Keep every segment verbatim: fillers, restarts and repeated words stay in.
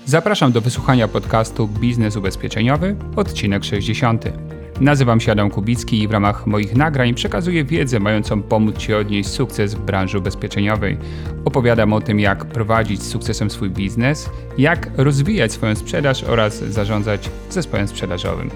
Zapraszam do wysłuchania podcastu Biznes Ubezpieczeniowy, odcinek sześćdziesiąty. Nazywam się Adam Kubicki i w ramach moich nagrań przekazuję wiedzę mającą pomóc Ci odnieść sukces w branży ubezpieczeniowej. Opowiadam o tym, jak prowadzić z sukcesem swój biznes, jak rozwijać swoją sprzedaż oraz zarządzać zespołem sprzedażowym.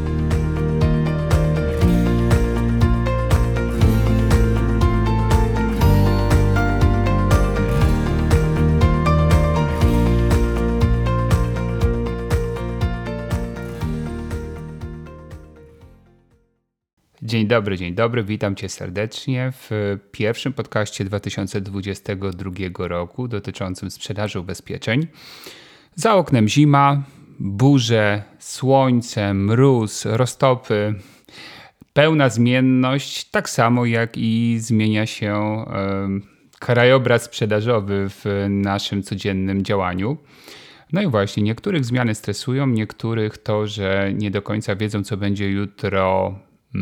Dzień dobry, dzień dobry, witam Cię serdecznie w pierwszym podcaście dwa tysiące dwudziestego drugiego roku dotyczącym sprzedaży ubezpieczeń. Za oknem zima, burze, słońce, mróz, roztopy, pełna zmienność, tak samo jak i zmienia się e, krajobraz sprzedażowy w naszym codziennym działaniu. No i właśnie, niektórych zmiany stresują, niektórych to, że nie do końca wiedzą, co będzie jutro,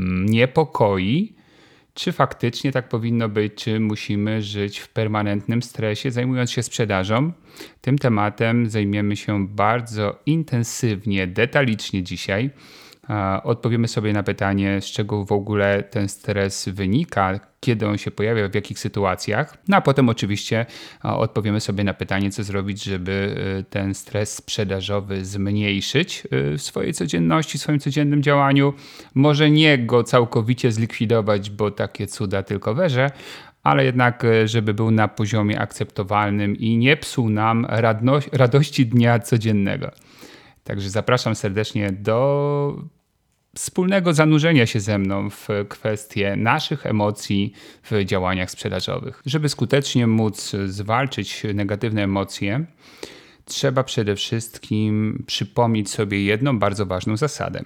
niepokoi, czy faktycznie tak powinno być, czy musimy żyć w permanentnym stresie, zajmując się sprzedażą. Tym tematem zajmiemy się bardzo intensywnie, detalicznie dzisiaj. Odpowiemy sobie na pytanie, z czego w ogóle ten stres wynika, kiedy on się pojawia, w jakich sytuacjach. No a potem oczywiście odpowiemy sobie na pytanie, co zrobić, żeby ten stres sprzedażowy zmniejszyć w swojej codzienności, w swoim codziennym działaniu. Może nie go całkowicie zlikwidować, bo takie cuda tylko werze, ale jednak, żeby był na poziomie akceptowalnym i nie psuł nam radno- radości dnia codziennego. Także zapraszam serdecznie do wspólnego zanurzenia się ze mną w kwestie naszych emocji w działaniach sprzedażowych. Żeby skutecznie móc zwalczyć negatywne emocje, trzeba przede wszystkim przypomnieć sobie jedną bardzo ważną zasadę.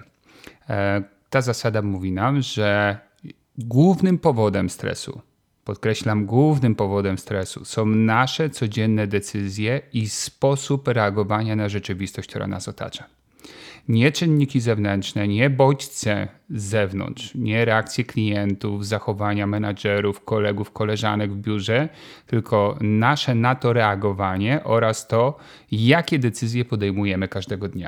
Ta zasada mówi nam, że głównym powodem stresu, podkreślam, głównym powodem stresu są nasze codzienne decyzje i sposób reagowania na rzeczywistość, która nas otacza. Nie czynniki zewnętrzne, nie bodźce z zewnątrz, nie reakcje klientów, zachowania menadżerów, kolegów, koleżanek w biurze, tylko nasze na to reagowanie oraz to, jakie decyzje podejmujemy każdego dnia.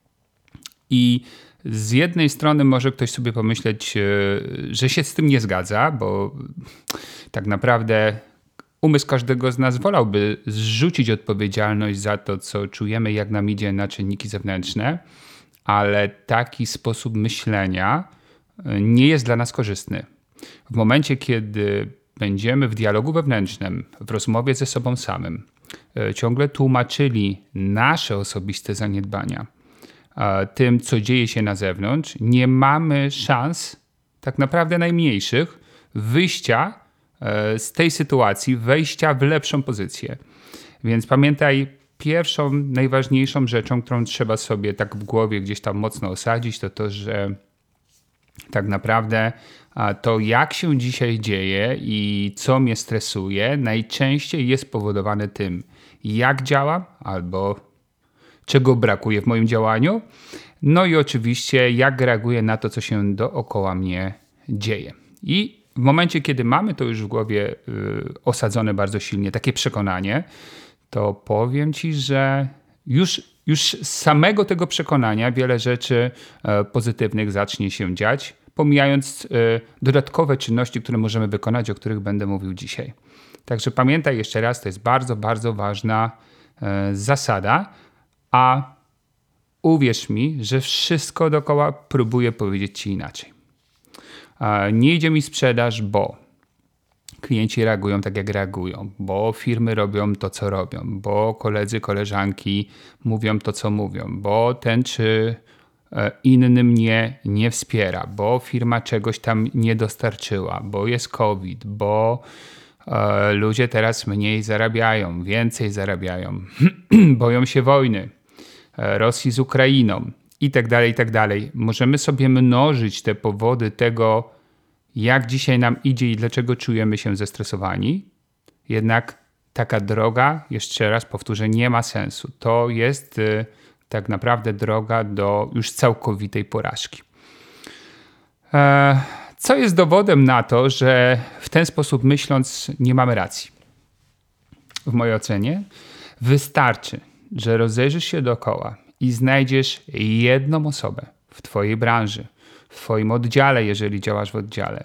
I z jednej strony może ktoś sobie pomyśleć, że się z tym nie zgadza, bo tak naprawdę umysł każdego z nas wolałby zrzucić odpowiedzialność za to, co czujemy, jak nam idzie, na czynniki zewnętrzne, ale taki sposób myślenia nie jest dla nas korzystny. W momencie, kiedy będziemy w dialogu wewnętrznym, w rozmowie ze sobą samym, ciągle tłumaczyli nasze osobiste zaniedbania tym, co dzieje się na zewnątrz, nie mamy szans, tak naprawdę najmniejszych, wyjścia z tej sytuacji, wejścia w lepszą pozycję. Więc pamiętaj, pierwszą, najważniejszą rzeczą, którą trzeba sobie tak w głowie gdzieś tam mocno osadzić, to to, że tak naprawdę to, jak się dzisiaj dzieje i co mnie stresuje, najczęściej jest spowodowane tym, jak działam albo czego brakuje w moim działaniu, no i oczywiście jak reaguję na to, co się dookoła mnie dzieje. I w momencie, kiedy mamy to już w głowie y, osadzone bardzo silnie, takie przekonanie, to powiem Ci, że już, już z samego tego przekonania wiele rzeczy y, pozytywnych zacznie się dziać, pomijając y, dodatkowe czynności, które możemy wykonać, o których będę mówił dzisiaj. Także pamiętaj jeszcze raz, to jest bardzo, bardzo ważna y, zasada, a uwierz mi, że wszystko dookoła próbuję powiedzieć Ci inaczej. Nie idzie mi sprzedaż, bo klienci reagują tak, jak reagują, bo firmy robią to, co robią, bo koledzy, koleżanki mówią to, co mówią, bo ten czy inny mnie nie wspiera, bo firma czegoś tam nie dostarczyła, bo jest COVID, bo e, ludzie teraz mniej zarabiają, więcej zarabiają, boją się wojny, e, Rosji z Ukrainą i tak dalej, i tak dalej. Możemy sobie mnożyć te powody tego, jak dzisiaj nam idzie i dlaczego czujemy się zestresowani. Jednak taka droga, jeszcze raz powtórzę, nie ma sensu. To jest y, tak naprawdę droga do już całkowitej porażki. E, co jest dowodem na to, że w ten sposób myśląc nie mamy racji? W mojej ocenie wystarczy, że rozejrzysz się dookoła i znajdziesz jedną osobę w twojej branży, w twoim oddziale, jeżeli działasz w oddziale,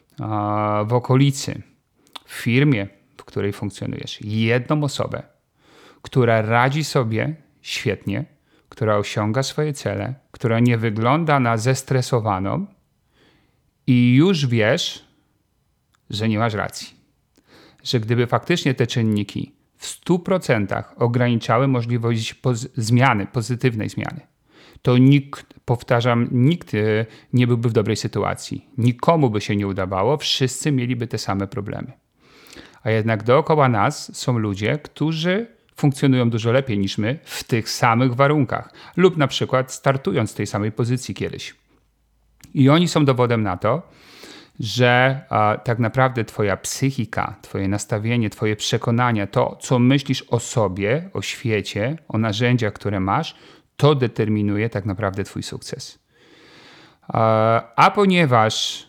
w okolicy, w firmie, w której funkcjonujesz, jedną osobę, która radzi sobie świetnie, która osiąga swoje cele, która nie wygląda na zestresowaną i już wiesz, że nie masz racji. Że gdyby faktycznie te czynniki w stu procentach ograniczały możliwość poz- zmiany, pozytywnej zmiany, to nikt, powtarzam, nikt nie byłby w dobrej sytuacji. Nikomu by się nie udawało, wszyscy mieliby te same problemy. A jednak dookoła nas są ludzie, którzy funkcjonują dużo lepiej niż my w tych samych warunkach lub na przykład startując z tej samej pozycji kiedyś. I oni są dowodem na to, że a, tak naprawdę twoja psychika, twoje nastawienie, twoje przekonania, to co myślisz o sobie, o świecie, o narzędziach, które masz, to determinuje tak naprawdę twój sukces. A, a ponieważ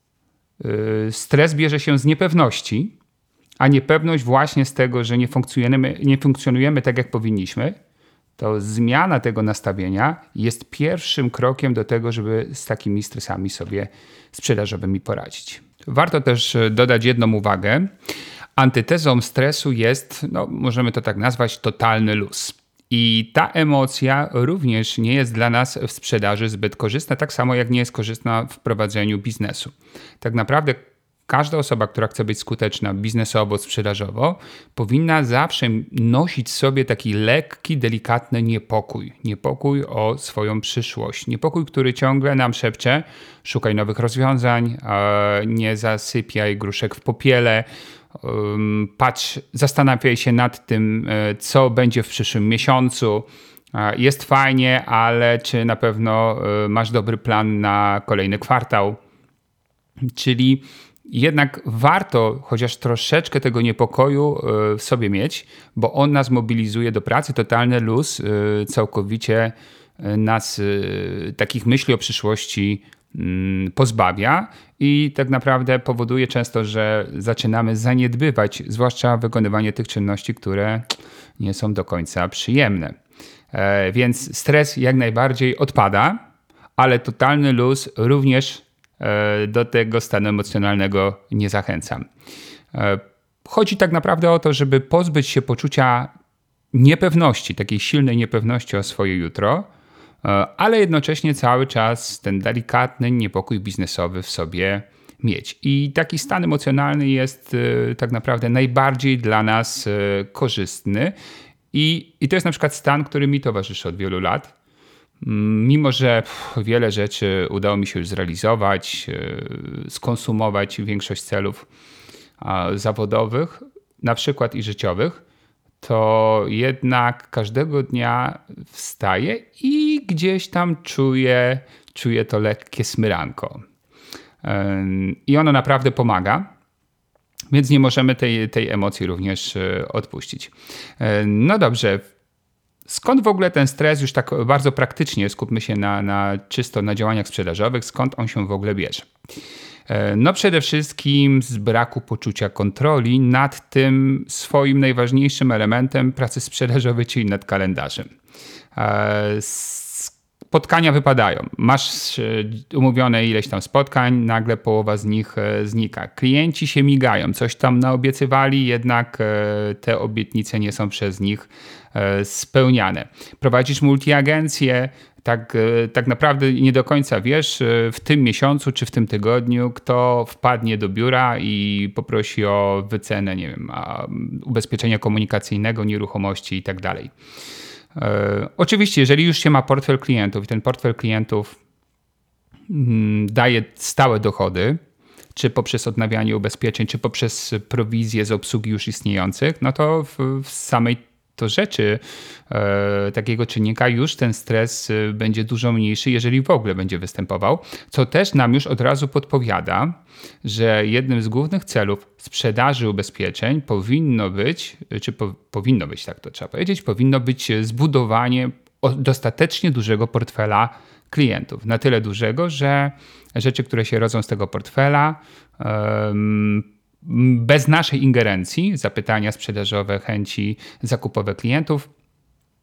y, stres bierze się z niepewności, a niepewność właśnie z tego, że nie funkcjonujemy, nie funkcjonujemy tak, jak powinniśmy, to zmiana tego nastawienia jest pierwszym krokiem do tego, żeby z takimi stresami sobie sprzedażowymi poradzić. Warto też dodać jedną uwagę. Antytezą stresu jest, no, możemy to tak nazwać, totalny luz. I ta emocja również nie jest dla nas w sprzedaży zbyt korzystna, tak samo jak nie jest korzystna w prowadzeniu biznesu. Tak naprawdę każda osoba, która chce być skuteczna biznesowo, sprzedażowo, powinna zawsze nosić sobie taki lekki, delikatny niepokój. Niepokój o swoją przyszłość. Niepokój, który ciągle nam szepcze: szukaj nowych rozwiązań, nie zasypiaj gruszek w popiele, patrz, zastanawiaj się nad tym, co będzie w przyszłym miesiącu. Jest fajnie, ale czy na pewno masz dobry plan na kolejny kwartał? Czyli jednak warto chociaż troszeczkę tego niepokoju w sobie mieć, bo on nas mobilizuje do pracy. Totalny luz całkowicie nas takich myśli o przyszłości pozbawia i tak naprawdę powoduje często, że zaczynamy zaniedbywać, zwłaszcza wykonywanie tych czynności, które nie są do końca przyjemne. Więc stres jak najbardziej odpada, ale totalny luz również do tego stanu emocjonalnego nie zachęcam. Chodzi tak naprawdę o to, żeby pozbyć się poczucia niepewności, takiej silnej niepewności o swoje jutro, ale jednocześnie cały czas ten delikatny niepokój biznesowy w sobie mieć. I taki stan emocjonalny jest tak naprawdę najbardziej dla nas korzystny i, i to jest na przykład stan, który mi towarzyszy od wielu lat. Mimo że pff, wiele rzeczy udało mi się już zrealizować, yy, skonsumować większość celów yy, zawodowych, na przykład i życiowych, to jednak każdego dnia wstaję i gdzieś tam czuję, czuję to lekkie smyranko. Yy, I ono naprawdę pomaga, więc nie możemy tej, tej emocji również yy, odpuścić. Yy, no dobrze. Skąd w ogóle ten stres, już tak bardzo praktycznie skupmy się na, na czysto na działaniach sprzedażowych, skąd on się w ogóle bierze? No przede wszystkim z braku poczucia kontroli nad tym swoim najważniejszym elementem pracy sprzedażowej, czyli nad kalendarzem. Spotkania wypadają. Masz umówione ileś tam spotkań, nagle połowa z nich znika. Klienci się migają, coś tam naobiecywali, jednak te obietnice nie są przez nich spełniane. Prowadzisz multiagencję, tak, tak naprawdę nie do końca wiesz w tym miesiącu czy w tym tygodniu, kto wpadnie do biura i poprosi o wycenę, nie wiem, ubezpieczenia komunikacyjnego, nieruchomości i tak dalej. Oczywiście, jeżeli już się ma portfel klientów i ten portfel klientów daje stałe dochody, czy poprzez odnawianie ubezpieczeń, czy poprzez prowizję z obsługi już istniejących, no to w, w samej to rzeczy e, takiego czynnika już ten stres będzie dużo mniejszy, jeżeli w ogóle będzie występował, co też nam już od razu podpowiada, że jednym z głównych celów sprzedaży ubezpieczeń powinno być, czy po, powinno być, tak to trzeba powiedzieć, powinno być zbudowanie dostatecznie dużego portfela klientów. Na tyle dużego, że rzeczy, które się rodzą z tego portfela, um, bez naszej ingerencji, zapytania sprzedażowe, chęci zakupowe klientów,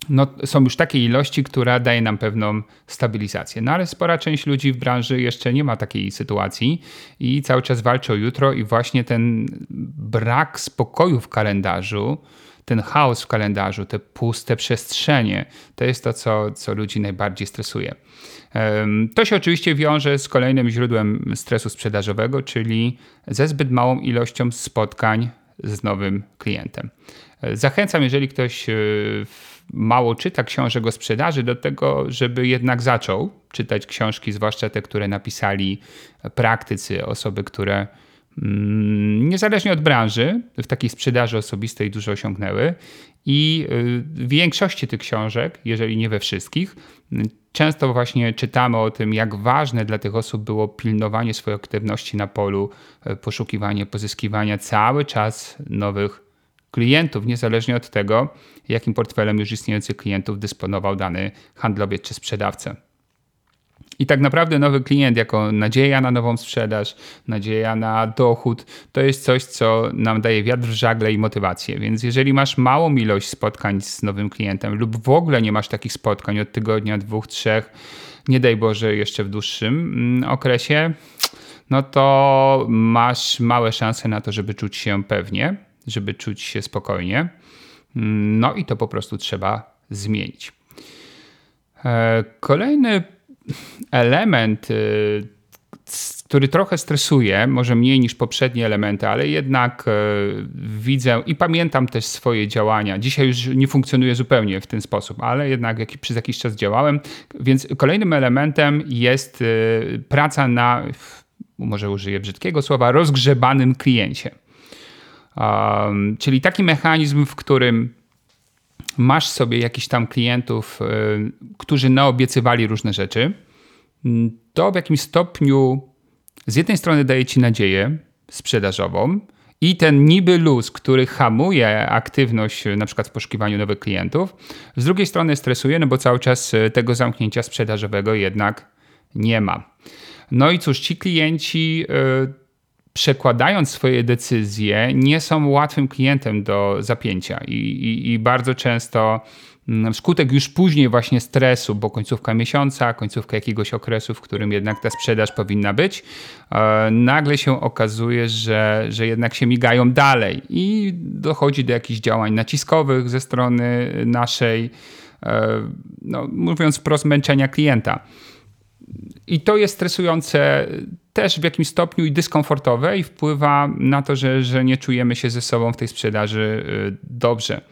no, są już takie ilości, która daje nam pewną stabilizację. No ale spora część ludzi w branży jeszcze nie ma takiej sytuacji i cały czas walczy o jutro i właśnie ten brak spokoju w kalendarzu, ten chaos w kalendarzu, te puste przestrzenie, to jest to, co, co ludzi najbardziej stresuje. To się oczywiście wiąże z kolejnym źródłem stresu sprzedażowego, czyli ze zbyt małą ilością spotkań z nowym klientem. Zachęcam, jeżeli ktoś mało czyta książek o sprzedaży, do tego, żeby jednak zaczął czytać książki, zwłaszcza te, które napisali praktycy, osoby, które niezależnie od branży w takiej sprzedaży osobistej dużo osiągnęły i w większości tych książek, jeżeli nie we wszystkich, często właśnie czytamy o tym, jak ważne dla tych osób było pilnowanie swojej aktywności na polu, poszukiwanie, pozyskiwania cały czas nowych klientów, niezależnie od tego, jakim portfelem już istniejących klientów dysponował dany handlowiec czy sprzedawca. I tak naprawdę nowy klient jako nadzieja na nową sprzedaż, nadzieja na dochód, to jest coś, co nam daje wiatr w żagle i motywację. Więc jeżeli masz małą ilość spotkań z nowym klientem lub w ogóle nie masz takich spotkań od tygodnia, dwóch, trzech, nie daj Boże jeszcze w dłuższym okresie, no to masz małe szanse na to, żeby czuć się pewnie, żeby czuć się spokojnie. No i to po prostu trzeba zmienić. Kolejny element, który trochę stresuje, może mniej niż poprzednie elementy, ale jednak widzę i pamiętam też swoje działania. Dzisiaj już nie funkcjonuje zupełnie w ten sposób, ale jednak jak przez jakiś czas działałem. Więc kolejnym elementem jest praca na, może użyję brzydkiego słowa, rozgrzebanym kliencie. Um, czyli taki mechanizm, w którym masz sobie jakichś tam klientów, y, którzy naobiecywali różne rzeczy, to w jakimś stopniu z jednej strony daje ci nadzieję sprzedażową i ten niby luz, który hamuje aktywność na przykład w poszukiwaniu nowych klientów, z drugiej strony stresuje, no bo cały czas tego zamknięcia sprzedażowego jednak nie ma. No i cóż, ci klienci y, przekładając swoje decyzje, nie są łatwym klientem do zapięcia i, i, i bardzo często wskutek już później właśnie stresu, bo końcówka miesiąca, końcówka jakiegoś okresu, w którym jednak ta sprzedaż powinna być, nagle się okazuje, że, że jednak się migają dalej i dochodzi do jakichś działań naciskowych ze strony naszej, no, mówiąc wprost, męczenia klienta. I to jest stresujące też w jakimś stopniu i dyskomfortowe i wpływa na to, że, że nie czujemy się ze sobą w tej sprzedaży dobrze.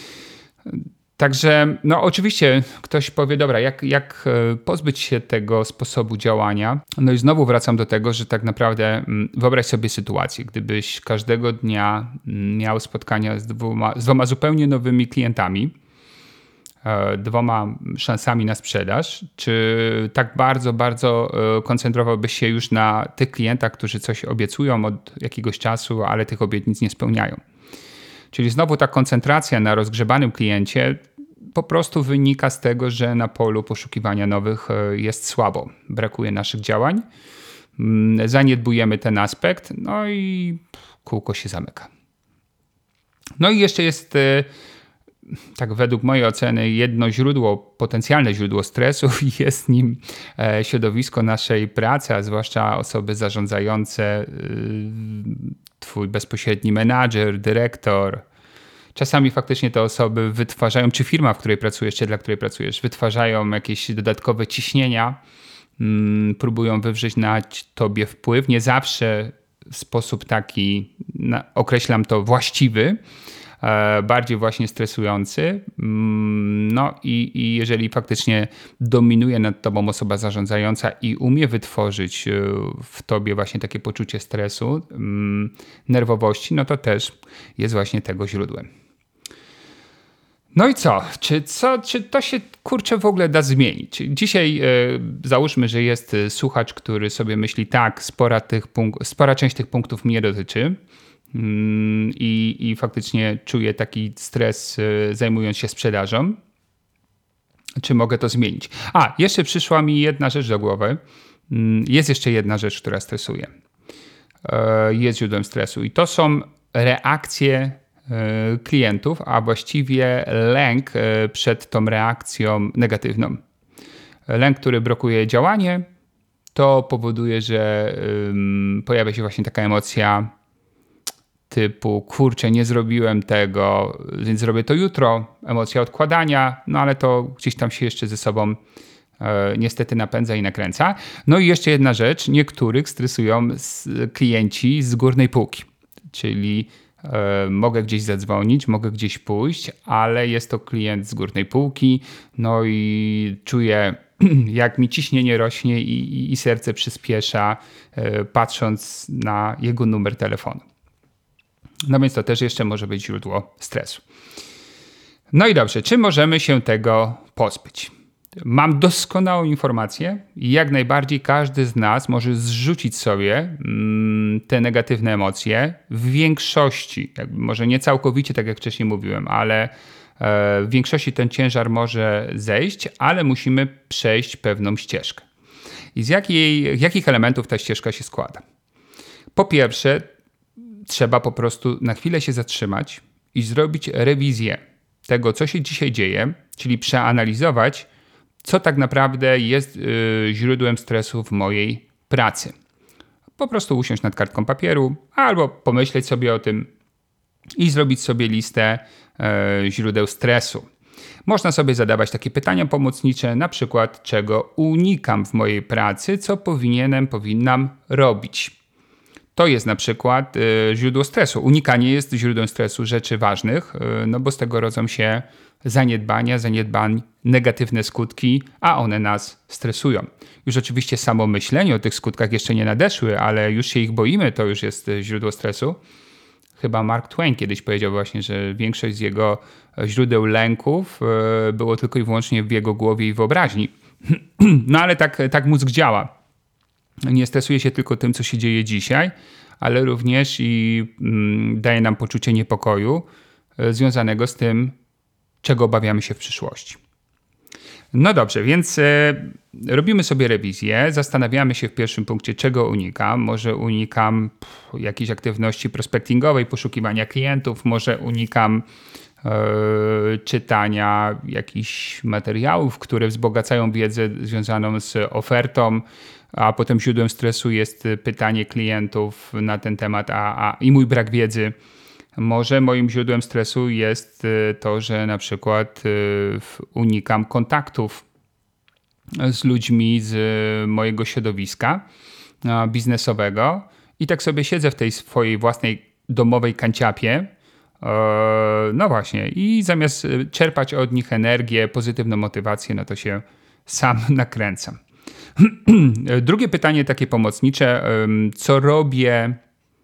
Także no oczywiście ktoś powie, dobra, jak, jak pozbyć się tego sposobu działania? No i znowu wracam do tego, że tak naprawdę wyobraź sobie sytuację, gdybyś każdego dnia miał spotkania z dwoma, z dwoma zupełnie nowymi klientami, dwoma szansami na sprzedaż, czy tak bardzo, bardzo koncentrowałbyś się już na tych klientach, którzy coś obiecują od jakiegoś czasu, ale tych obietnic nie spełniają? Czyli znowu ta koncentracja na rozgrzebanym kliencie po prostu wynika z tego, że na polu poszukiwania nowych jest słabo. Brakuje naszych działań, zaniedbujemy ten aspekt, no i kółko się zamyka. No i jeszcze jest, tak według mojej oceny, jedno źródło, potencjalne źródło stresu i jest nim środowisko naszej pracy, a zwłaszcza osoby zarządzające, twój bezpośredni menadżer, dyrektor. Czasami faktycznie te osoby wytwarzają, czy firma, w której pracujesz, czy dla której pracujesz, wytwarzają jakieś dodatkowe ciśnienia, mm, próbują wywrzeć na tobie wpływ. Nie zawsze w sposób taki, na, określam to, właściwy, e, bardziej właśnie stresujący. Mm, no i, i jeżeli faktycznie dominuje nad tobą osoba zarządzająca i umie wytworzyć w tobie właśnie takie poczucie stresu, mm, nerwowości, no to też jest właśnie tego źródłem. No i co? Czy, co? czy to się, kurczę, w ogóle da zmienić? Dzisiaj e, załóżmy, że jest słuchacz, który sobie myśli, tak, spora, tych punk- spora część tych punktów mnie dotyczy mm, i, i faktycznie czuje taki stres e, zajmując się sprzedażą. Czy mogę to zmienić? A, jeszcze przyszła mi jedna rzecz do głowy. Mm, jest jeszcze jedna rzecz, która stresuje. E, jest źródłem stresu i to są reakcje klientów, a właściwie lęk przed tą reakcją negatywną. Lęk, który blokuje działanie, to powoduje, że pojawia się właśnie taka emocja typu kurczę, nie zrobiłem tego, więc zrobię to jutro. Emocja odkładania, no ale to gdzieś tam się jeszcze ze sobą e, niestety napędza i nakręca. No i jeszcze jedna rzecz, niektórych stresują klienci z górnej półki, czyli e, mogę gdzieś zadzwonić, mogę gdzieś pójść, ale jest to klient z górnej półki, no i czuję jak mi ciśnienie rośnie i, i, i serce przyspiesza, e, patrząc na jego numer telefonu. No więc to też jeszcze może być źródło stresu. No i dobrze, czy możemy się tego pozbyć? Mam doskonałą informację i jak najbardziej każdy z nas może zrzucić sobie mm, te negatywne emocje w większości, jakby może nie całkowicie, tak jak wcześniej mówiłem, ale w większości ten ciężar może zejść, ale musimy przejść pewną ścieżkę. I z jakiej, jakich elementów ta ścieżka się składa? Po pierwsze, trzeba po prostu na chwilę się zatrzymać i zrobić rewizję tego, co się dzisiaj dzieje, czyli przeanalizować, co tak naprawdę jest yy, źródłem stresu w mojej pracy. Po prostu usiąść nad kartką papieru albo pomyśleć sobie o tym i zrobić sobie listę yy, źródeł stresu. Można sobie zadawać takie pytania pomocnicze, na przykład czego unikam w mojej pracy, co powinienem, powinnam robić. To jest na przykład y, źródło stresu. Unikanie jest źródłem stresu rzeczy ważnych, y, no bo z tego rodzą się zaniedbania, zaniedbań, negatywne skutki, a one nas stresują. Już oczywiście samo myślenie o tych skutkach jeszcze nie nadeszły, ale już się ich boimy, to już jest źródło stresu. Chyba Mark Twain kiedyś powiedział właśnie, że większość z jego źródeł lęków y, było tylko i wyłącznie w jego głowie i wyobraźni. No ale tak, tak mózg działa. Nie stresuje się tylko tym, co się dzieje dzisiaj, ale również i mm, daje nam poczucie niepokoju y, związanego z tym, czego obawiamy się w przyszłości. No dobrze, więc y, robimy sobie rewizję, zastanawiamy się w pierwszym punkcie, czego unikam. Może unikam pff, jakiejś aktywności prospectingowej, poszukiwania klientów, może unikam y, czytania jakichś materiałów, które wzbogacają wiedzę związaną z ofertą, a potem źródłem stresu jest pytanie klientów na ten temat a, a, i mój brak wiedzy. Może moim źródłem stresu jest to, że na przykład unikam kontaktów z ludźmi z mojego środowiska biznesowego i tak sobie siedzę w tej swojej własnej domowej kanciapie, no właśnie, i zamiast czerpać od nich energię, pozytywną motywację, no to się sam nakręcam. Drugie pytanie takie pomocnicze, co robię,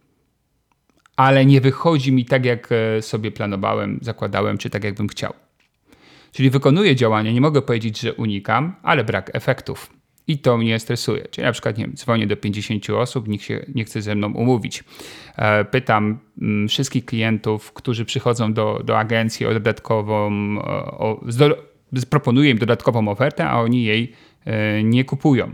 ale nie wychodzi mi tak, jak sobie planowałem, zakładałem, czy tak, jakbym chciał. Czyli wykonuję działania, nie mogę powiedzieć, że unikam, ale brak efektów. I to mnie stresuje. Czyli na przykład nie wiem, dzwonię do pięćdziesięciu osób, nikt się nie chce ze mną umówić. Pytam wszystkich klientów, którzy przychodzą do, do agencji o dodatkową, o, o, proponuję im dodatkową ofertę, a oni jej nie kupują.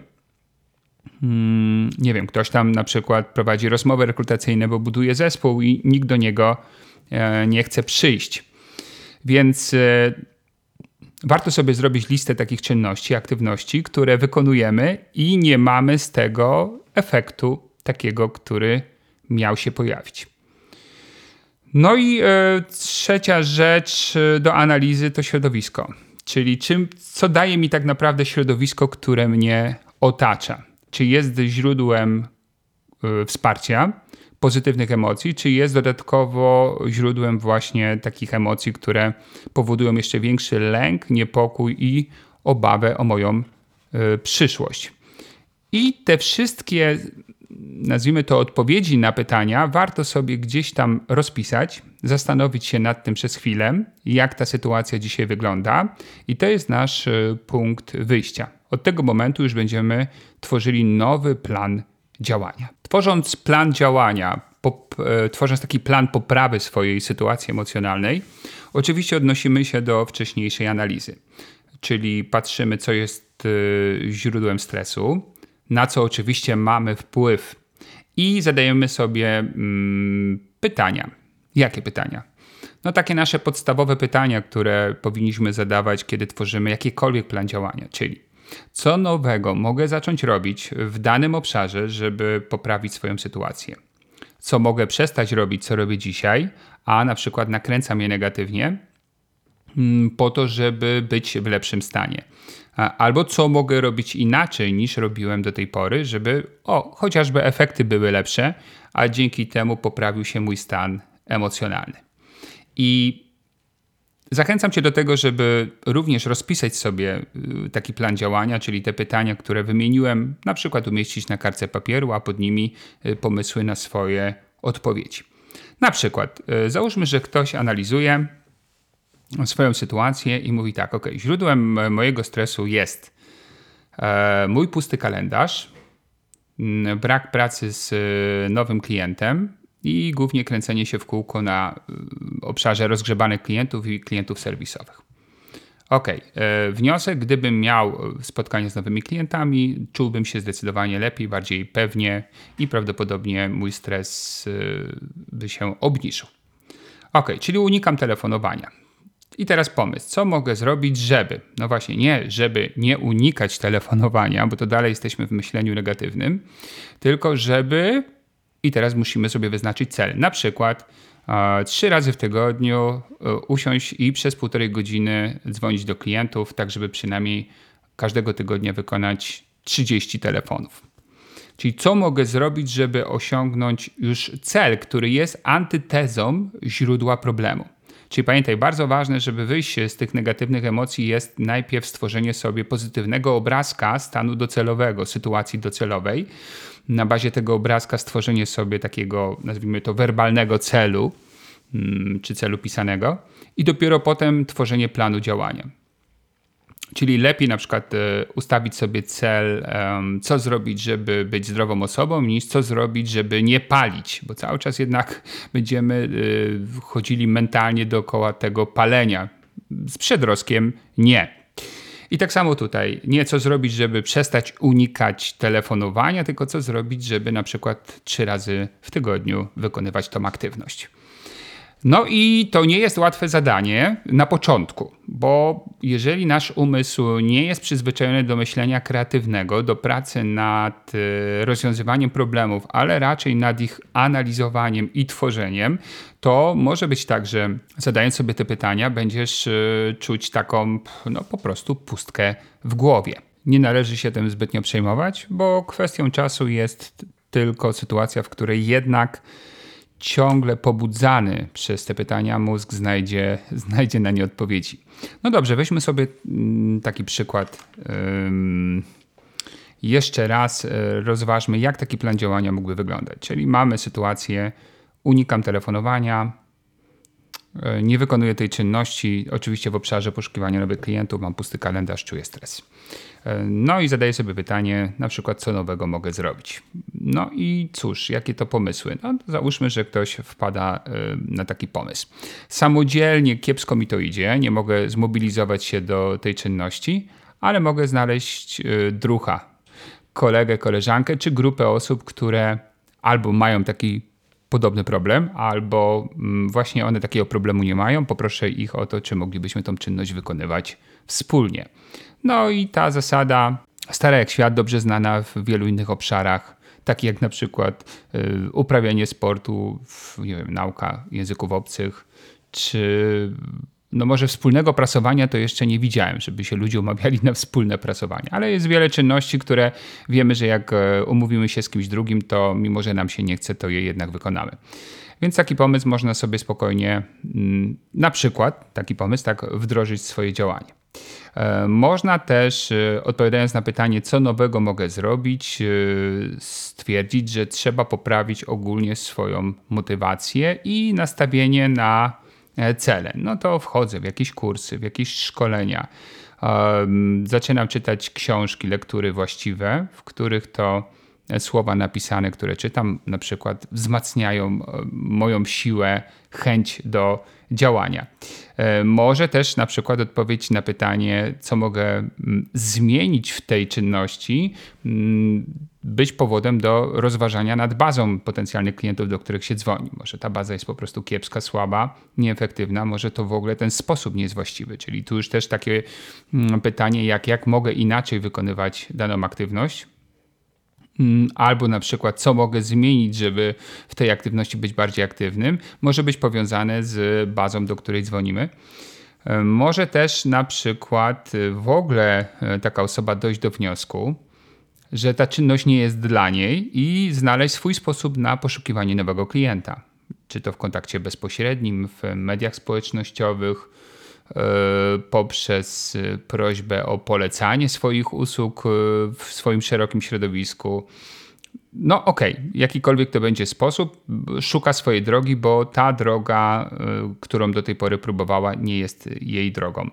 Nie wiem, ktoś tam na przykład prowadzi rozmowy rekrutacyjne, bo buduje zespół i nikt do niego nie chce przyjść. Więc warto sobie zrobić listę takich czynności, aktywności, które wykonujemy i nie mamy z tego efektu takiego, który miał się pojawić. No i trzecia rzecz do analizy to środowisko. Czyli czym, co daje mi tak naprawdę środowisko, które mnie otacza. Czy jest źródłem y, wsparcia, pozytywnych emocji, czy jest dodatkowo źródłem właśnie takich emocji, które powodują jeszcze większy lęk, niepokój i obawę o moją y, przyszłość. I te wszystkie, nazwijmy to, odpowiedzi na pytania warto sobie gdzieś tam rozpisać, zastanowić się nad tym przez chwilę, jak ta sytuacja dzisiaj wygląda. I to jest nasz punkt wyjścia. Od tego momentu już będziemy tworzyli nowy plan działania. Tworząc plan działania, pop, tworząc taki plan poprawy swojej sytuacji emocjonalnej, oczywiście odnosimy się do wcześniejszej analizy. Czyli patrzymy, co jest źródłem stresu, na co oczywiście mamy wpływ i zadajemy sobie mm, pytania. Jakie pytania? No takie nasze podstawowe pytania, które powinniśmy zadawać, kiedy tworzymy jakikolwiek plan działania, czyli co nowego mogę zacząć robić w danym obszarze, żeby poprawić swoją sytuację? Co mogę przestać robić, co robię dzisiaj, a na przykład nakręca mnie negatywnie, po to, żeby być w lepszym stanie. Albo co mogę robić inaczej niż robiłem do tej pory, żeby o, chociażby efekty były lepsze, a dzięki temu poprawił się mój stan emocjonalny. I zachęcam Cię do tego, żeby również rozpisać sobie taki plan działania, czyli te pytania, które wymieniłem, na przykład umieścić na kartce papieru, a pod nimi pomysły na swoje odpowiedzi. Na przykład załóżmy, że ktoś analizuje swoją sytuację i mówi tak, ok, źródłem mojego stresu jest e, mój pusty kalendarz, brak pracy z nowym klientem i głównie kręcenie się w kółko na obszarze rozgrzebanych klientów i klientów serwisowych. Ok, e, wniosek, gdybym miał spotkanie z nowymi klientami, czułbym się zdecydowanie lepiej, bardziej pewnie i prawdopodobnie mój stres e, by się obniżył. Ok, czyli unikam telefonowania. I teraz pomysł, co mogę zrobić, żeby, no właśnie nie, żeby nie unikać telefonowania, bo to dalej jesteśmy w myśleniu negatywnym, tylko żeby, i teraz musimy sobie wyznaczyć cel, na przykład e, trzy razy w tygodniu e, usiąść i przez półtorej godziny dzwonić do klientów, tak żeby przynajmniej każdego tygodnia wykonać trzydzieści telefonów. Czyli co mogę zrobić, żeby osiągnąć już cel, który jest antytezą źródła problemu. Czyli pamiętaj, bardzo ważne, żeby wyjść z tych negatywnych emocji jest najpierw stworzenie sobie pozytywnego obrazka stanu docelowego, sytuacji docelowej. Na bazie tego obrazka stworzenie sobie takiego, nazwijmy to, werbalnego celu, czy celu pisanego i dopiero potem tworzenie planu działania. Czyli lepiej na przykład ustawić sobie cel, co zrobić, żeby być zdrową osobą, niż co zrobić, żeby nie palić, bo cały czas jednak będziemy chodzili mentalnie dookoła tego palenia. Z przedrostkiem nie. I tak samo tutaj, nie co zrobić, żeby przestać unikać telefonowania, tylko co zrobić, żeby na przykład trzy razy w tygodniu wykonywać tą aktywność. No i to nie jest łatwe zadanie na początku, bo jeżeli nasz umysł nie jest przyzwyczajony do myślenia kreatywnego, do pracy nad rozwiązywaniem problemów, ale raczej nad ich analizowaniem i tworzeniem, to może być tak, że zadając sobie te pytania będziesz czuć taką no po prostu pustkę w głowie. Nie należy się tym zbytnio przejmować, bo kwestią czasu jest tylko sytuacja, w której jednak ciągle pobudzany przez te pytania mózg znajdzie, znajdzie na nie odpowiedzi. No dobrze, weźmy sobie taki przykład. Jeszcze raz rozważmy, jak taki plan działania mógłby wyglądać. Czyli mamy sytuację, unikam telefonowania, nie wykonuję tej czynności, oczywiście w obszarze poszukiwania nowych klientów, mam pusty kalendarz, czuję stres. No i zadaję sobie pytanie, na przykład co nowego mogę zrobić. No i cóż, jakie to pomysły? No załóżmy, że ktoś wpada na taki pomysł. Samodzielnie kiepsko mi to idzie, nie mogę zmobilizować się do tej czynności, ale mogę znaleźć druha, kolegę, koleżankę czy grupę osób, które albo mają taki podobny problem, albo właśnie one takiego problemu nie mają. Poproszę ich o to, czy moglibyśmy tą czynność wykonywać wspólnie. No i ta zasada, stara jak świat, dobrze znana w wielu innych obszarach, takich jak na przykład y, uprawianie sportu, nie wiem, nauka języków obcych, czy no może wspólnego prasowania to jeszcze nie widziałem, żeby się ludzie umawiali na wspólne prasowanie, ale jest wiele czynności, które wiemy, że jak umówimy się z kimś drugim, to mimo, że nam się nie chce, to je jednak wykonamy. Więc taki pomysł można sobie spokojnie, na przykład taki pomysł, tak wdrożyć w swoje działanie. Można też, odpowiadając na pytanie, co nowego mogę zrobić, stwierdzić, że trzeba poprawić ogólnie swoją motywację i nastawienie na cele. No to wchodzę w jakieś kursy, w jakieś szkolenia. Zaczynam czytać książki, lektury właściwe, w których to słowa napisane, które czytam, na przykład wzmacniają moją siłę, chęć do działania. Może też na przykład odpowiedź na pytanie, co mogę zmienić w tej czynności, być powodem do rozważania nad bazą potencjalnych klientów, do których się dzwoni. Może ta baza jest po prostu kiepska, słaba, nieefektywna, może to w ogóle ten sposób nie jest właściwy. Czyli tu już też takie pytanie, jak, jak mogę inaczej wykonywać daną aktywność, albo na przykład co mogę zmienić, żeby w tej aktywności być bardziej aktywnym, może być powiązane z bazą, do której dzwonimy. Może też na przykład w ogóle taka osoba dojść do wniosku, że ta czynność nie jest dla niej i znaleźć swój sposób na poszukiwanie nowego klienta. Czy to w kontakcie bezpośrednim, w mediach społecznościowych, poprzez prośbę o polecanie swoich usług w swoim szerokim środowisku. No okej, okay. Jakikolwiek to będzie sposób, szuka swojej drogi, bo ta droga, którą do tej pory próbowała, nie jest jej drogą.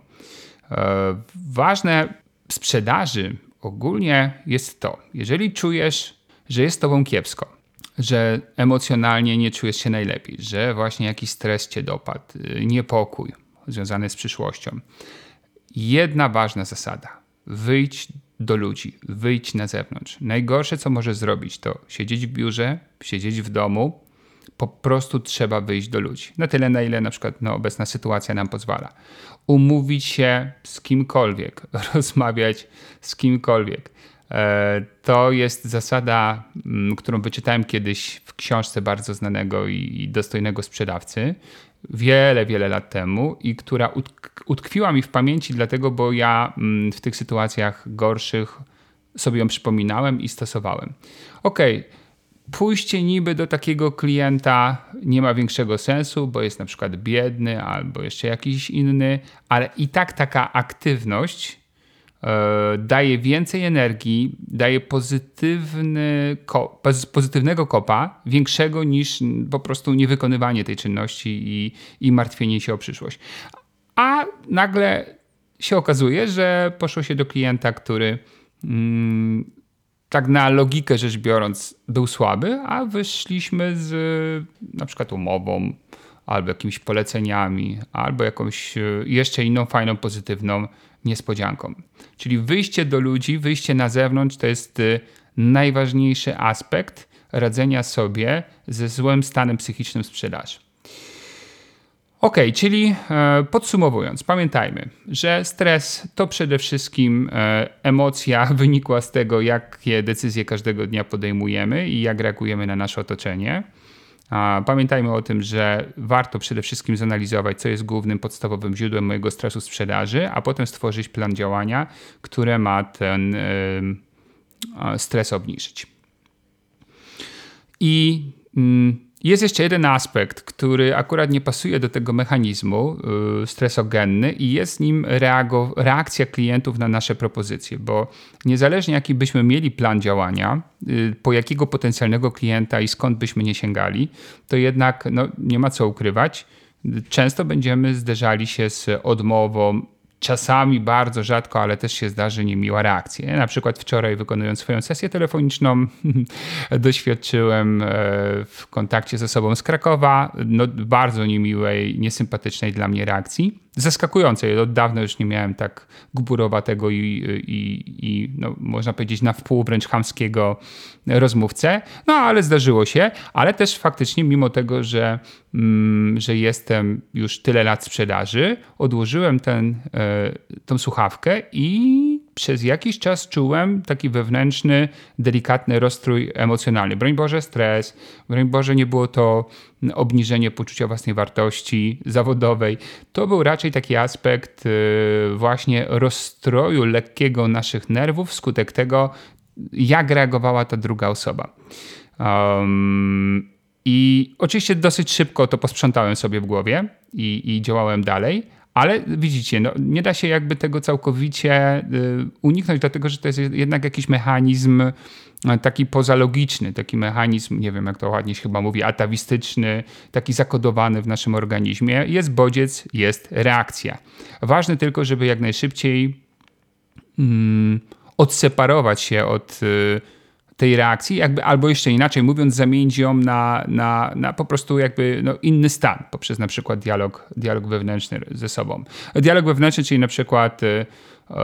Ważne w sprzedaży ogólnie jest to, jeżeli czujesz, że jest z tobą kiepsko, że emocjonalnie nie czujesz się najlepiej, że właśnie jakiś stres cię dopadł, niepokój związany z przyszłością. Jedna ważna zasada. Wyjdź do ludzi, wyjdź na zewnątrz. Najgorsze, co możesz zrobić, to siedzieć w biurze, siedzieć w domu. Po prostu trzeba wyjść do ludzi. Na tyle, na ile na przykład no, obecna sytuacja nam pozwala. Umówić się z kimkolwiek, rozmawiać z kimkolwiek. To jest zasada, którą wyczytałem kiedyś w książce bardzo znanego i dostojnego sprzedawcy wiele, wiele lat temu i która utkwiła mi w pamięci dlatego, bo ja w tych sytuacjach gorszych sobie ją przypominałem i stosowałem. Okej, okay. Pójście niby do takiego klienta nie ma większego sensu, bo jest na przykład biedny albo jeszcze jakiś inny, ale i tak taka aktywność daje więcej energii, daje pozytywny ko- pozytywnego kopa, większego niż po prostu niewykonywanie tej czynności i, i martwienie się o przyszłość. A nagle się okazuje, że poszło się do klienta, który mm, tak na logikę rzecz biorąc był słaby, a wyszliśmy z na przykład umową, albo jakimiś poleceniami, albo jakąś jeszcze inną fajną, pozytywną niespodzianką. Czyli wyjście do ludzi, wyjście na zewnątrz to jest najważniejszy aspekt radzenia sobie ze złym stanem psychicznym sprzedaży. Ok, czyli podsumowując, pamiętajmy, że stres to przede wszystkim emocja wynikła z tego, jakie decyzje każdego dnia podejmujemy i jak reagujemy na nasze otoczenie. Pamiętajmy o tym, że warto przede wszystkim zanalizować, co jest głównym, podstawowym źródłem mojego stresu sprzedaży, a potem stworzyć plan działania, które ma ten stres obniżyć. I jest jeszcze jeden aspekt, który akurat nie pasuje do tego mechanizmu yy, stresogenny i jest nim reago- reakcja klientów na nasze propozycje, bo niezależnie jaki byśmy mieli plan działania, yy, po jakiego potencjalnego klienta i skąd byśmy nie sięgali, to jednak no, nie ma co ukrywać. Często będziemy zderzali się z odmową, czasami bardzo rzadko, ale też się zdarzy niemiła reakcja. Ja na przykład wczoraj, wykonując swoją sesję telefoniczną, doświadczyłem w kontakcie z osobą z Krakowa no, bardzo niemiłej, niesympatycznej dla mnie reakcji. Zaskakującej. Od dawna już nie miałem tak gburowatego i, i, i no, można powiedzieć na wpół wręcz chamskiego rozmówcę. No ale zdarzyło się, ale też faktycznie mimo tego, że, mm, że jestem już tyle lat w sprzedaży, odłożyłem ten, e, tą słuchawkę i przez jakiś czas czułem taki wewnętrzny, delikatny rozstrój emocjonalny. Broń Boże stres, broń Boże nie było to obniżenie poczucia własnej wartości zawodowej. To był raczej taki aspekt właśnie rozstroju lekkiego naszych nerwów wskutek tego, jak reagowała ta druga osoba. Um, I oczywiście dosyć szybko to posprzątałem sobie w głowie i, i działałem dalej. Ale widzicie, no, nie da się jakby tego całkowicie y, uniknąć, dlatego że to jest jednak jakiś mechanizm taki pozalogiczny, taki mechanizm, nie wiem jak to ładnie się chyba mówi, atawistyczny, taki zakodowany w naszym organizmie. Jest bodziec, jest reakcja. Ważne tylko, żeby jak najszybciej mm, odseparować się od y, tej reakcji, jakby, albo jeszcze inaczej mówiąc, zamienić ją na, na, na po prostu jakby no, inny stan poprzez na przykład dialog, dialog wewnętrzny ze sobą. Dialog wewnętrzny, czyli na przykład y, y,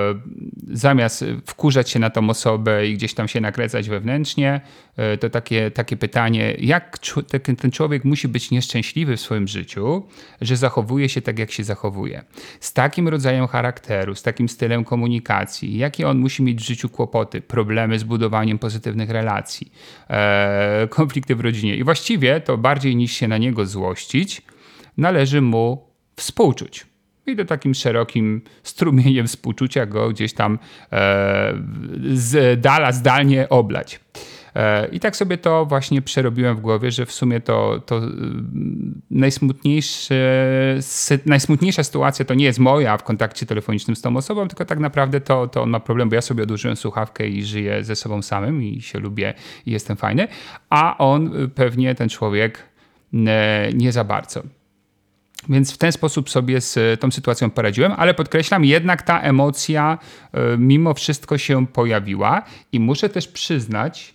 zamiast wkurzać się na tą osobę i gdzieś tam się nakręcać wewnętrznie, y, to takie, takie pytanie, jak ten, ten człowiek musi być nieszczęśliwy w swoim życiu, że zachowuje się tak, jak się zachowuje. Z takim rodzajem charakteru, z takim stylem komunikacji, jakie on musi mieć w życiu kłopoty, problemy z budowaniem pozytywnych relacji, e, konflikty w rodzinie. I właściwie to bardziej niż się na niego złościć, należy mu współczuć. I to takim szerokim strumieniem współczucia go gdzieś tam e, z dala, zdalnie oblać. E, I tak sobie to właśnie przerobiłem w głowie, że w sumie to, to najsmutniejsze, najsmutniejsza sytuacja to nie jest moja w kontakcie telefonicznym z tą osobą, tylko tak naprawdę to, to on ma problem, bo ja sobie odłożyłem słuchawkę i żyję ze sobą samym i się lubię i jestem fajny, a on pewnie, ten człowiek, nie za bardzo. Więc w ten sposób sobie z tą sytuacją poradziłem, ale podkreślam, jednak ta emocja mimo wszystko się pojawiła i muszę też przyznać,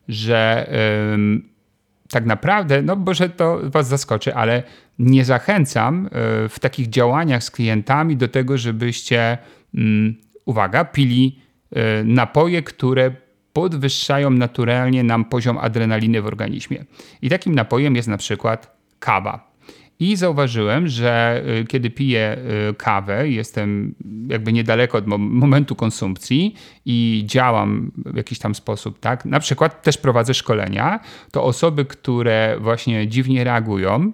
że ym, tak naprawdę, no może to was zaskoczy, ale nie zachęcam y, w takich działaniach z klientami do tego, żebyście, ym, uwaga, pili y, napoje, które podwyższają naturalnie nam poziom adrenaliny w organizmie. I takim napojem jest na przykład kawa. I zauważyłem, że kiedy piję kawę, jestem jakby niedaleko od momentu konsumpcji i działam w jakiś tam sposób, tak? Na przykład też prowadzę szkolenia, to osoby, które właśnie dziwnie reagują,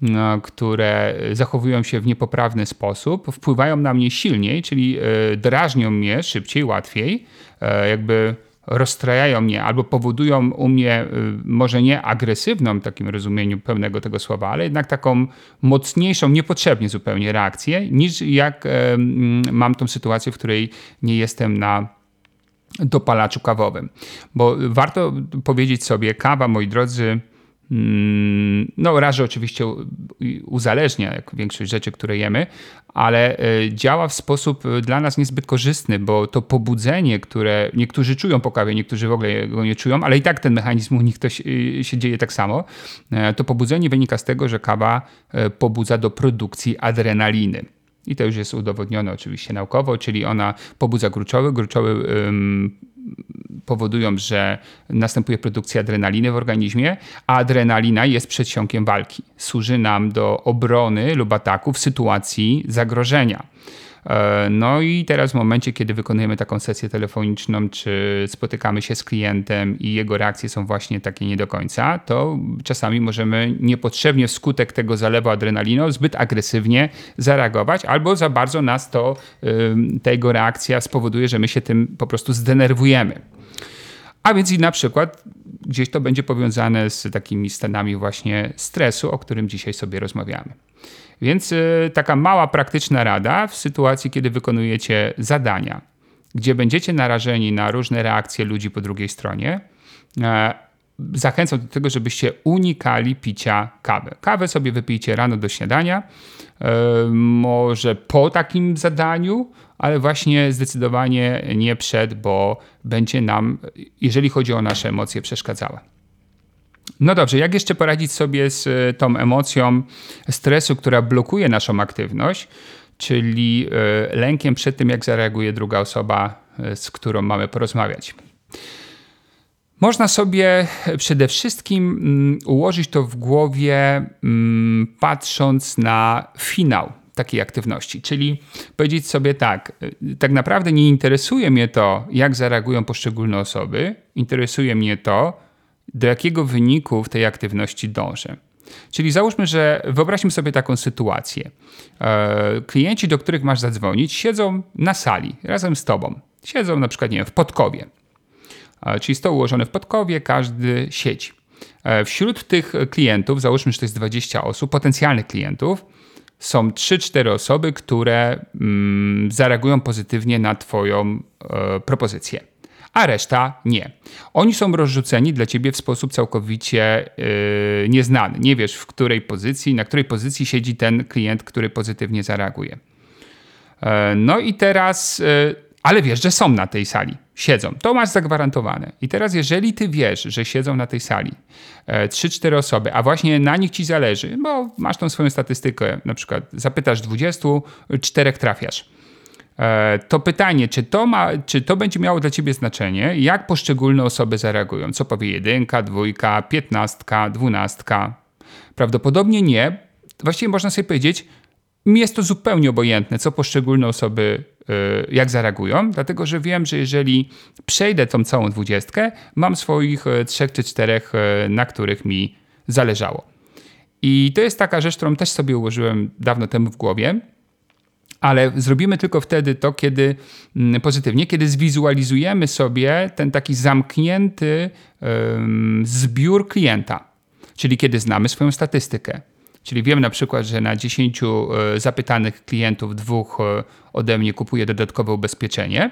które zachowują się w niepoprawny sposób, wpływają na mnie silniej, czyli drażnią mnie szybciej, łatwiej, jakby rozstrajają mnie albo powodują u mnie może nie agresywną w takim rozumieniu pełnego tego słowa, ale jednak taką mocniejszą, niepotrzebnie zupełnie reakcję, niż jak mam tą sytuację, w której nie jestem na dopalaczu kawowym. Bo warto powiedzieć sobie, kawa, moi drodzy, no raz, że oczywiście uzależnia, jak większość rzeczy, które jemy, ale działa w sposób dla nas niezbyt korzystny, bo to pobudzenie, które niektórzy czują po kawie, niektórzy w ogóle go nie czują, ale i tak ten mechanizm u nich to się, się dzieje tak samo, to pobudzenie wynika z tego, że kawa pobudza do produkcji adrenaliny. I to już jest udowodnione oczywiście naukowo, czyli ona pobudza gruczoły. Gruczoły ym, powodują, że następuje produkcja adrenaliny w organizmie, a adrenalina jest przedsionkiem walki. Służy nam do obrony lub ataku w sytuacji zagrożenia. No i teraz w momencie, kiedy wykonujemy taką sesję telefoniczną, czy spotykamy się z klientem i jego reakcje są właśnie takie nie do końca, to czasami możemy niepotrzebnie wskutek tego zalewu adrenaliną zbyt agresywnie zareagować, albo za bardzo nas to, ta jego reakcja spowoduje, że my się tym po prostu zdenerwujemy. A więc i na przykład gdzieś to będzie powiązane z takimi stanami właśnie stresu, o którym dzisiaj sobie rozmawiamy. Więc y, taka mała praktyczna rada w sytuacji, kiedy wykonujecie zadania, gdzie będziecie narażeni na różne reakcje ludzi po drugiej stronie, e, zachęcam do tego, żebyście unikali picia kawy. Kawę sobie wypijcie rano do śniadania, e, może po takim zadaniu, ale właśnie zdecydowanie nie przed, bo będzie nam, jeżeli chodzi o nasze emocje, przeszkadzała. No dobrze, jak jeszcze poradzić sobie z tą emocją stresu, która blokuje naszą aktywność, czyli lękiem przed tym, jak zareaguje druga osoba, z którą mamy porozmawiać? Można sobie przede wszystkim ułożyć to w głowie, patrząc na finał takiej aktywności, czyli powiedzieć sobie tak, tak naprawdę nie interesuje mnie to, jak zareagują poszczególne osoby, interesuje mnie to, do jakiego wyniku w tej aktywności dążę. Czyli załóżmy, że wyobraźmy sobie taką sytuację. E, klienci, do których masz zadzwonić, siedzą na sali razem z tobą. Siedzą na przykład, nie wiem, w Podkowie. E, czyli stoł ułożony w Podkowie, każdy siedzi. E, wśród tych klientów, załóżmy, że to jest dwadzieścia osób, potencjalnych klientów, są trzy cztery osoby, które mm, zareagują pozytywnie na twoją e, propozycję, a reszta nie. Oni są rozrzuceni dla ciebie w sposób całkowicie yy, nieznany. Nie wiesz, w której pozycji, na której pozycji siedzi ten klient, który pozytywnie zareaguje. Yy, no i teraz, yy, ale wiesz, że są na tej sali. siedzą. To masz zagwarantowane. I teraz jeżeli ty wiesz, że siedzą na tej sali trzy cztery osoby, a właśnie na nich ci zależy, bo masz tą swoją statystykę, na przykład zapytasz dwudziestu, czterech trafiasz. To pytanie, czy to, ma, czy to będzie miało dla ciebie znaczenie, jak poszczególne osoby zareagują? Co powie jedynka, dwójka, piętnastka, dwunastka? Prawdopodobnie nie. Właściwie można sobie powiedzieć, mi jest to zupełnie obojętne, co poszczególne osoby jak zareagują, dlatego że wiem, że jeżeli przejdę tą całą dwudziestkę, mam swoich trzech czy czterech, na których mi zależało. I to jest taka rzecz, którą też sobie ułożyłem dawno temu w głowie, ale zrobimy tylko wtedy to, kiedy pozytywnie, kiedy zwizualizujemy sobie ten taki zamknięty um, zbiór klienta, czyli kiedy znamy swoją statystykę. Czyli wiem na przykład, że na dziesięciu zapytanych klientów dwóch ode mnie kupuje dodatkowe ubezpieczenie.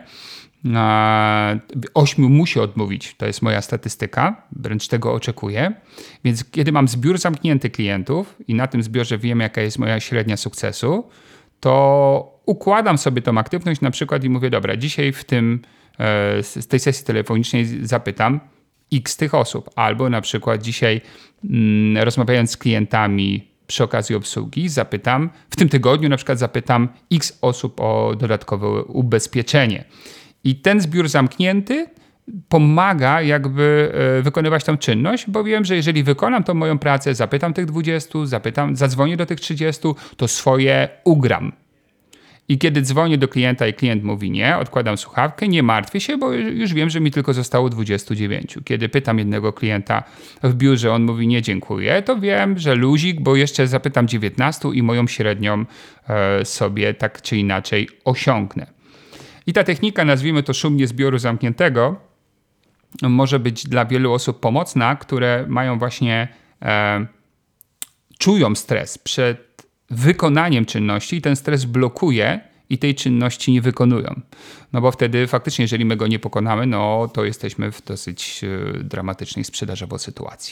Ośmiu musi odmówić, to jest moja statystyka, wręcz tego oczekuję. Więc kiedy mam zbiór zamkniętych klientów i na tym zbiorze wiem, jaka jest moja średnia sukcesu, to układam sobie tą aktywność na przykład i mówię, dobra, dzisiaj w tym, z tej sesji telefonicznej zapytam x tych osób. Albo na przykład dzisiaj mm, rozmawiając z klientami przy okazji obsługi zapytam, w tym tygodniu na przykład zapytam x osób o dodatkowe ubezpieczenie. I ten zbiór zamknięty pomaga jakby wykonywać tą czynność, bo wiem, że jeżeli wykonam tą moją pracę, zapytam tych dwudziestu, zapytam, zadzwonię do tych trzydziestu, to swoje ugram. I kiedy dzwonię do klienta i klient mówi nie, odkładam słuchawkę, nie martwię się, bo już wiem, że mi tylko zostało dwudziestu dziewięciu. Kiedy pytam jednego klienta w biurze, on mówi nie, dziękuję, to wiem, że luzik, bo jeszcze zapytam dziewiętnastu i moją średnią sobie tak czy inaczej osiągnę. I ta technika, nazwijmy to szumnie zbioru zamkniętego, może być dla wielu osób pomocna, które mają właśnie, e, czują stres przed wykonaniem czynności i ten stres blokuje i tej czynności nie wykonują. No bo wtedy faktycznie, jeżeli my go nie pokonamy, no to jesteśmy w dosyć e, dramatycznej sprzedażowo sytuacji.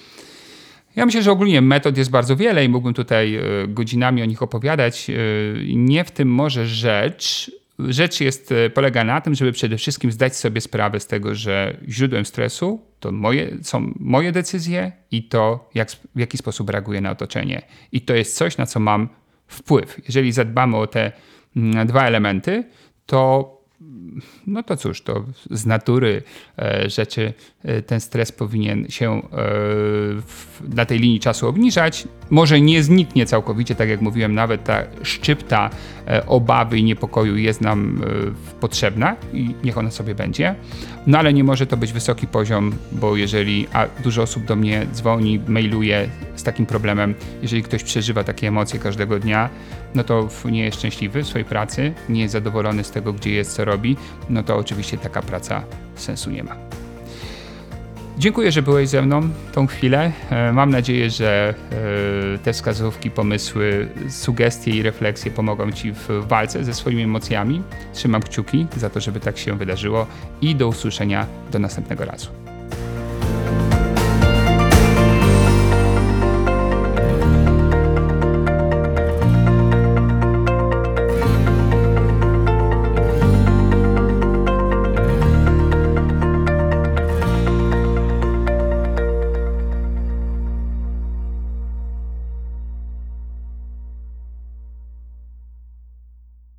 Ja myślę, że ogólnie metod jest bardzo wiele i mógłbym tutaj e, godzinami o nich opowiadać. E, nie w tym może rzecz. Rzecz jest, polega na tym, żeby przede wszystkim zdać sobie sprawę z tego, że źródłem stresu to moje, są moje decyzje i to, jak, w jaki sposób reaguję na otoczenie. I to jest coś, na co mam wpływ. Jeżeli zadbamy o te dwa elementy, to no to cóż, to z natury e, rzeczy e, ten stres powinien się e, w, na tej linii czasu obniżać. Może nie zniknie całkowicie, tak jak mówiłem, nawet ta szczypta e, obawy i niepokoju jest nam e, potrzebna i niech ona sobie będzie. No ale nie może to być wysoki poziom, bo jeżeli a dużo osób do mnie dzwoni, mailuje z takim problemem, jeżeli ktoś przeżywa takie emocje każdego dnia, no to nie jest szczęśliwy w swojej pracy, nie jest zadowolony z tego, gdzie jest, co robi, no to oczywiście taka praca sensu nie ma. Dziękuję, że byłeś ze mną tą chwilę. Mam nadzieję, że te wskazówki, pomysły, sugestie i refleksje pomogą Ci w walce ze swoimi emocjami. Trzymam kciuki za to, żeby tak się wydarzyło i do usłyszenia do następnego razu.